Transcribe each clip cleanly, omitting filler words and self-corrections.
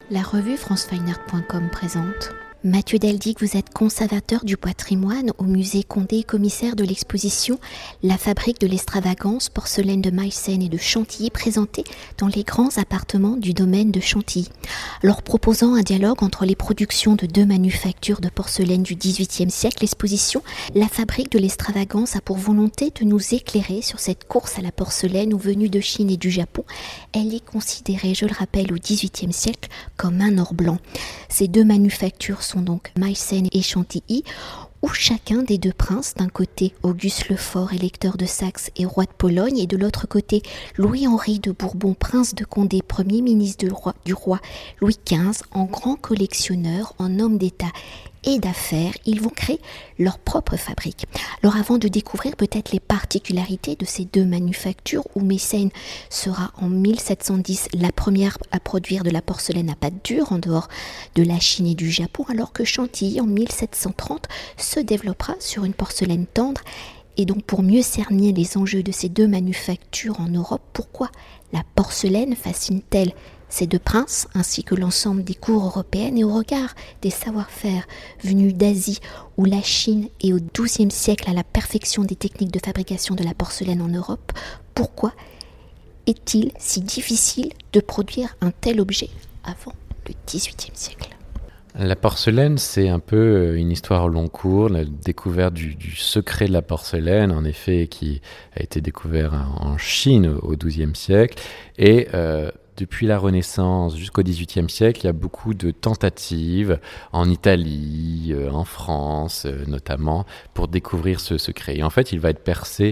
La revue francefineart.com présente. Mathieu Deldic, vous êtes conservateur du patrimoine au musée Condé et commissaire de l'exposition La fabrique de l'extravagance, porcelaine de Meissen et de Chantilly, présentée dans les grands appartements du domaine de Chantilly. Alors, proposant un dialogue entre les productions de deux manufactures de porcelaine du XVIIIe siècle, l'exposition La fabrique de l'extravagance a pour volonté de nous éclairer sur cette course à la porcelaine venue de Chine et du Japon. Elle est considérée, je le rappelle, au XVIIIe siècle comme un or blanc. Ces deux manufactures sont donc Meissen et Chantilly, où chacun des deux princes, d'un côté Auguste le Fort, électeur de Saxe et roi de Pologne, et de l'autre côté Louis-Henri de Bourbon, prince de Condé, premier ministre du roi Louis XV, en grand collectionneur, en homme d'État et d'affaires, ils vont créer leur propre fabrique. Alors avant de découvrir peut-être les particularités de ces deux manufactures, où Meissen sera en 1710 la première à produire de la porcelaine à pâte dure en dehors de la Chine et du Japon, alors que Chantilly en 1730 se développera sur une porcelaine tendre. Et donc pour mieux cerner les enjeux de ces deux manufactures en Europe, pourquoi la porcelaine fascine-t-elle ces deux princes, ainsi que l'ensemble des cours européennes, et au regard des savoir-faire venus d'Asie, où la Chine est au XIIe siècle à la perfection des techniques de fabrication de la porcelaine en Europe, pourquoi est-il si difficile de produire un tel objet avant le XVIIIe siècle ? La porcelaine, c'est un peu une histoire au long cours, la découverte du secret de la porcelaine, en effet, qui a été découvert en Chine au XIIe siècle, et depuis la Renaissance jusqu'au XVIIIe siècle, il y a beaucoup de tentatives en Italie, en France notamment, pour découvrir ce secret. Et en fait, il va être percé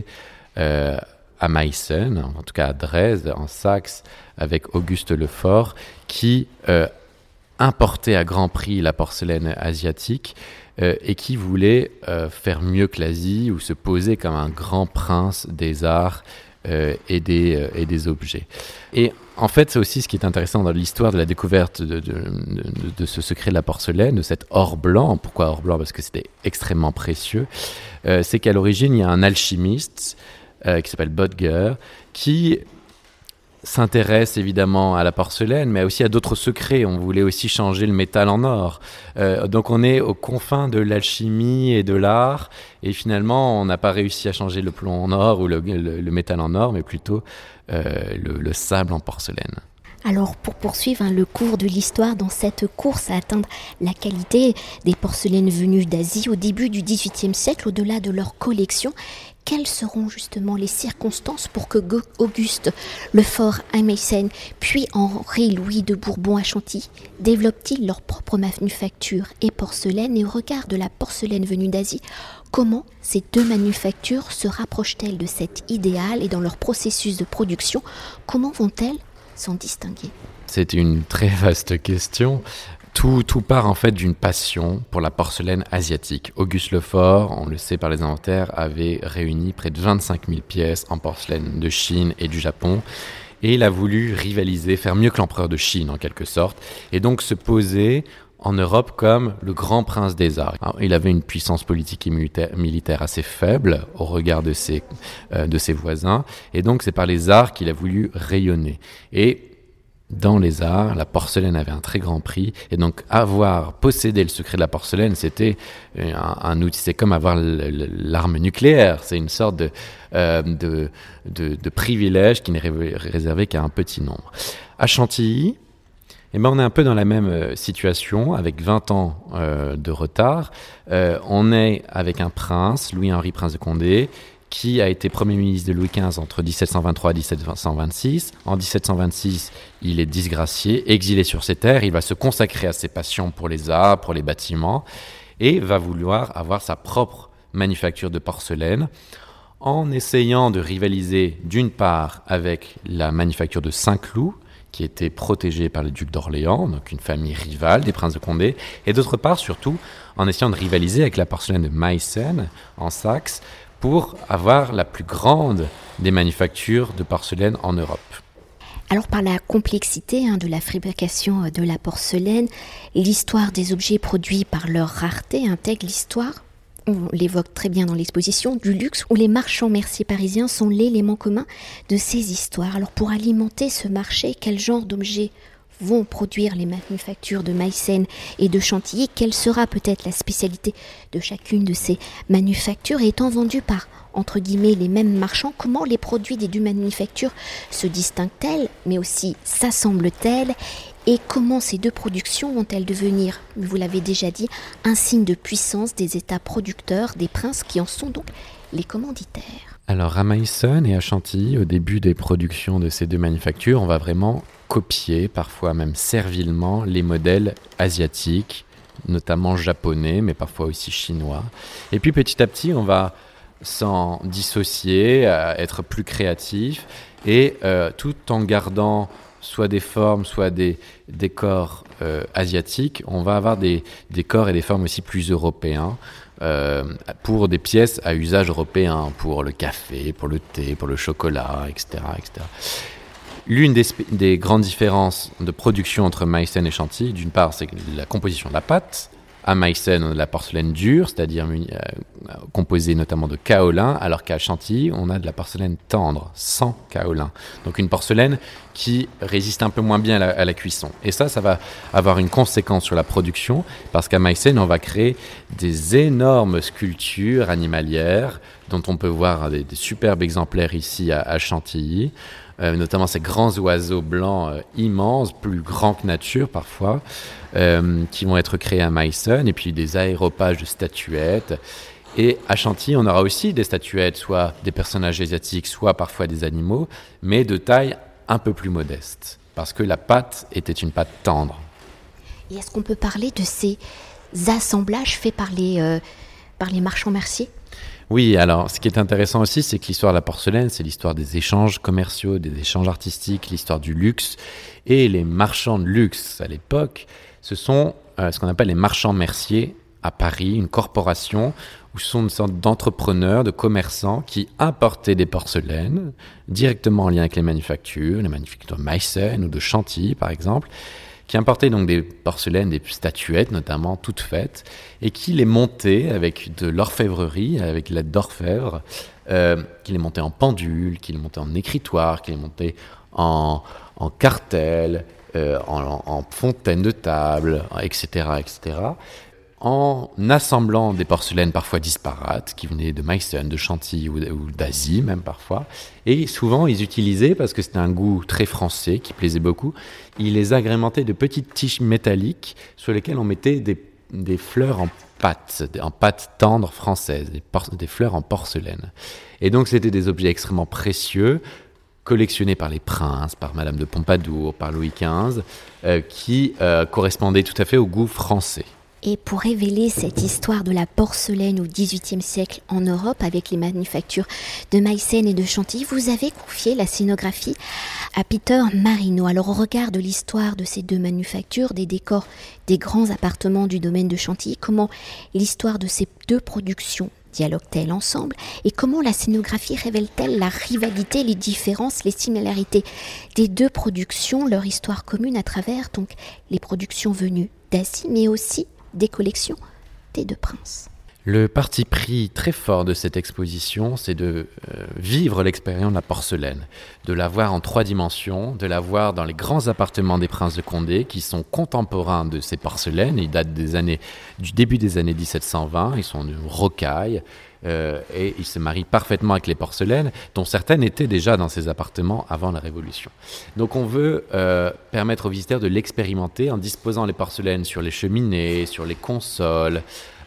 à Meissen, en tout cas à Dresde, en Saxe, avec Auguste le Fort, qui importait à grand prix la porcelaine asiatique et qui voulait faire mieux que l'Asie ou se poser comme un grand prince des arts et des objets. Et en fait, c'est aussi ce qui est intéressant dans l'histoire de la découverte de ce secret de la porcelaine, de cet or blanc. Pourquoi or blanc ? Parce que c'était extrêmement précieux. C'est qu'à l'origine, il y a un alchimiste qui s'appelle Böttger, qui s'intéresse évidemment à la porcelaine, mais aussi à d'autres secrets. On voulait aussi changer le métal en or. Donc on est aux confins de l'alchimie et de l'art, et finalement on n'a pas réussi à changer le plomb en or ou le métal en or, mais plutôt le sable en porcelaine. Alors, pour poursuivre le cours de l'histoire dans cette course à atteindre la qualité des porcelaines venues d'Asie au début du XVIIIe siècle, au-delà de leur collection, quelles seront justement les circonstances pour que Auguste le Fort à Meissen, puis Henri-Louis de Bourbon à Chantilly, développent-ils leur propre manufacture et porcelaine? Et au regard de la porcelaine venue d'Asie, comment ces deux manufactures se rapprochent-elles de cet idéal, et dans leur processus de production, comment vont-elles s'en distinguer? C'est une très vaste question. Tout part en fait d'une passion pour la porcelaine asiatique. Auguste le Fort, on le sait par les inventaires, avait réuni près de 25 000 pièces en porcelaine de Chine et du Japon. Et il a voulu rivaliser, faire mieux que l'empereur de Chine en quelque sorte, et donc se poser en Europe comme le grand prince des arts. Alors, il avait une puissance politique et militaire assez faible au regard de ses voisins, et donc c'est par les arts qu'il a voulu rayonner. Et dans les arts, la porcelaine avait un très grand prix, et donc posséder le secret de la porcelaine, c'était un outil. C'est comme avoir l'arme nucléaire. C'est une sorte de privilège qui n'est réservé qu'à un petit nombre. À Chantilly, on est un peu dans la même situation, avec 20 ans de retard. On est avec un prince, Louis-Henri, prince de Condé, qui a été Premier ministre de Louis XV entre 1723 et 1726. En 1726, il est disgracié, exilé sur ses terres. Il va se consacrer à ses passions pour les arts, pour les bâtiments, et va vouloir avoir sa propre manufacture de porcelaine, en essayant de rivaliser d'une part avec la manufacture de Saint-Cloud, qui était protégée par le duc d'Orléans, donc une famille rivale des princes de Condé, et d'autre part, surtout, en essayant de rivaliser avec la porcelaine de Meissen, en Saxe, pour avoir la plus grande des manufactures de porcelaine en Europe. Alors par la complexité de la fabrication de la porcelaine, l'histoire des objets produits par leur rareté intègre l'histoire, on l'évoque très bien dans l'exposition, du luxe, où les marchands merciers parisiens sont l'élément commun de ces histoires. Alors pour alimenter ce marché, quel genre d'objets vont produire les manufactures de Meissen et de Chantilly. Quelle sera peut-être la spécialité de chacune de ces manufactures et étant vendues par, entre guillemets, les mêmes marchands, comment les produits des deux manufactures se distinguent-elles, mais aussi s'assemblent-elles et comment ces deux productions vont-elles devenir, vous l'avez déjà dit, un signe de puissance des États producteurs, des princes qui en sont donc les commanditaires? Alors à Meissen et à Chantilly, au début des productions de ces deux manufactures, on va vraiment copier, parfois même servilement, les modèles asiatiques, notamment japonais, mais parfois aussi chinois. Et puis petit à petit, on va s'en dissocier, être plus créatif, et tout en gardant soit des formes, soit des décors asiatiques, on va avoir des décors et des formes aussi plus européens, pour des pièces à usage européen, pour le café, pour le thé, pour le chocolat, etc. etc. L'une des grandes différences de production entre Meissen et Chantilly, d'une part, c'est la composition de la pâte. À Meissen, on a de la porcelaine dure, c'est-à-dire composée notamment de kaolin, alors qu'à Chantilly, on a de la porcelaine tendre, sans kaolin. Donc une porcelaine qui résiste un peu moins bien à la cuisson. Et ça va avoir une conséquence sur la production, parce qu'à Meissen, on va créer des énormes sculptures animalières, dont on peut voir des superbes exemplaires ici à Chantilly. Notamment ces grands oiseaux blancs immenses, plus grands que nature parfois, qui vont être créés à Meissen, et puis des aéropages de statuettes. Et à Chantilly, on aura aussi des statuettes, soit des personnages asiatiques, soit parfois des animaux, mais de taille un peu plus modeste, parce que la pâte était une pâte tendre. Et est-ce qu'on peut parler de ces assemblages faits par les marchands merciers ? Oui, alors ce qui est intéressant aussi, c'est que l'histoire de la porcelaine, c'est l'histoire des échanges commerciaux, des échanges artistiques, l'histoire du luxe. Et les marchands de luxe à l'époque, ce sont ce qu'on appelle les marchands merciers à Paris, une corporation où ce sont une sorte d'entrepreneurs, de commerçants qui importaient des porcelaines directement en lien avec les manufactures de Meissen ou de Chantilly par exemple, qui importaient donc des porcelaines, des statuettes notamment, toutes faites, et qui les montaient avec de l'orfèvrerie, avec l'aide d'orfèvres, qui les montaient en pendule, qui les montaient en écritoire, qui les montaient en cartels, en fontaines de table, etc., etc., en assemblant des porcelaines parfois disparates, qui venaient de Meissen, de Chantilly ou d'Asie même parfois. Et souvent, ils utilisaient, parce que c'était un goût très français, qui plaisait beaucoup, ils les agrémentaient de petites tiges métalliques sur lesquelles on mettait des fleurs en pâte tendre française, des fleurs en porcelaine. Et donc, c'était des objets extrêmement précieux, collectionnés par les princes, par Madame de Pompadour, par Louis XV, qui correspondaient tout à fait au goût français. Et pour révéler cette histoire de la porcelaine au XVIIIe siècle en Europe avec les manufactures de Meissen et de Chantilly, vous avez confié la scénographie à Peter Marino. Alors au regard de l'histoire de ces deux manufactures, des décors des grands appartements du domaine de Chantilly, comment l'histoire de ces deux productions dialoguent-elles ensemble et comment la scénographie révèle-t-elle la rivalité, les différences, les similarités des deux productions, leur histoire commune à travers donc les productions venues d'Asie mais aussi des collections des deux princes. Le parti pris très fort de cette exposition, c'est de vivre l'expérience de la porcelaine, de la voir en 3 dimensions, de la voir dans les grands appartements des princes de Condé, qui sont contemporains de ces porcelaines. Ils datent du début des années 1720, ils sont de rocaille, et ils se marient parfaitement avec les porcelaines, dont certaines étaient déjà dans ces appartements avant la Révolution. Donc on veut permettre aux visiteurs de l'expérimenter en disposant les porcelaines sur les cheminées, sur les consoles,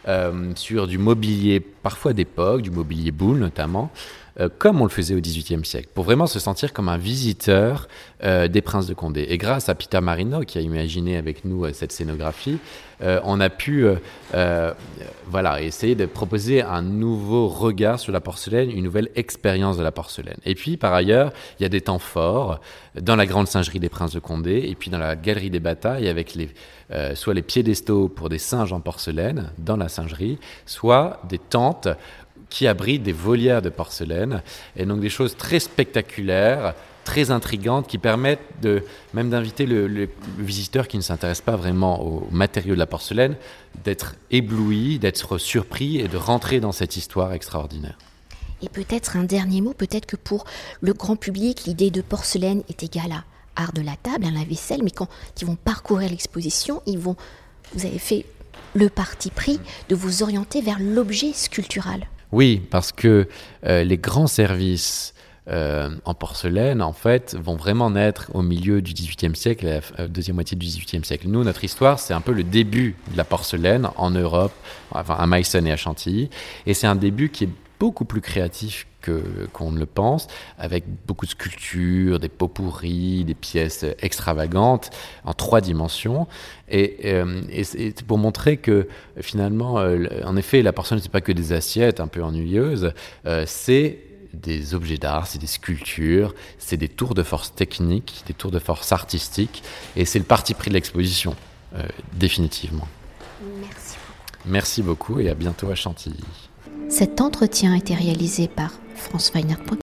sur du mobilier parfois d'époque, du mobilier boule notamment, comme on le faisait au XVIIIe siècle, pour vraiment se sentir comme un visiteur des princes de Condé. Et grâce à Peter Marino, qui a imaginé avec nous cette scénographie, on a pu essayer de proposer un nouveau regard sur la porcelaine, une nouvelle expérience de la porcelaine. Et puis, par ailleurs, il y a des temps forts dans la grande singerie des princes de Condé, et puis dans la galerie des batailles, avec soit les piédestaux pour des singes en porcelaine dans la singerie, soit des tentes qui abritent des volières de porcelaine, et donc des choses très spectaculaires, très intrigantes, qui permettent même d'inviter le visiteur qui ne s'intéresse pas vraiment aux matériaux de la porcelaine, d'être ébloui, d'être surpris et de rentrer dans cette histoire extraordinaire. Et peut-être un dernier mot, peut-être que pour le grand public, l'idée de porcelaine est égale art de la table, un lave-vaisselle, mais quand ils vont parcourir l'exposition, vous avez fait le parti pris de vous orienter vers l'objet sculptural. Oui, parce que les grands services en porcelaine, en fait, vont vraiment naître au milieu du XVIIIe siècle, la deuxième moitié du XVIIIe siècle. Nous, notre histoire, c'est un peu le début de la porcelaine en Europe, enfin, à Meissen et à Chantilly. Et c'est un début qui est beaucoup plus créatif qu'on ne le pense, avec beaucoup de sculptures, des pots pourris, des pièces extravagantes en 3 dimensions. Et c'est pour montrer que finalement, en effet, la porcelaine, c'est pas que des assiettes un peu ennuyeuses, c'est des objets d'art, c'est des sculptures, c'est des tours de force techniques, des tours de force artistiques, et c'est le parti pris de l'exposition, définitivement. Merci. Merci beaucoup et à bientôt à Chantilly. Cet entretien a été réalisé par franceweiner.com.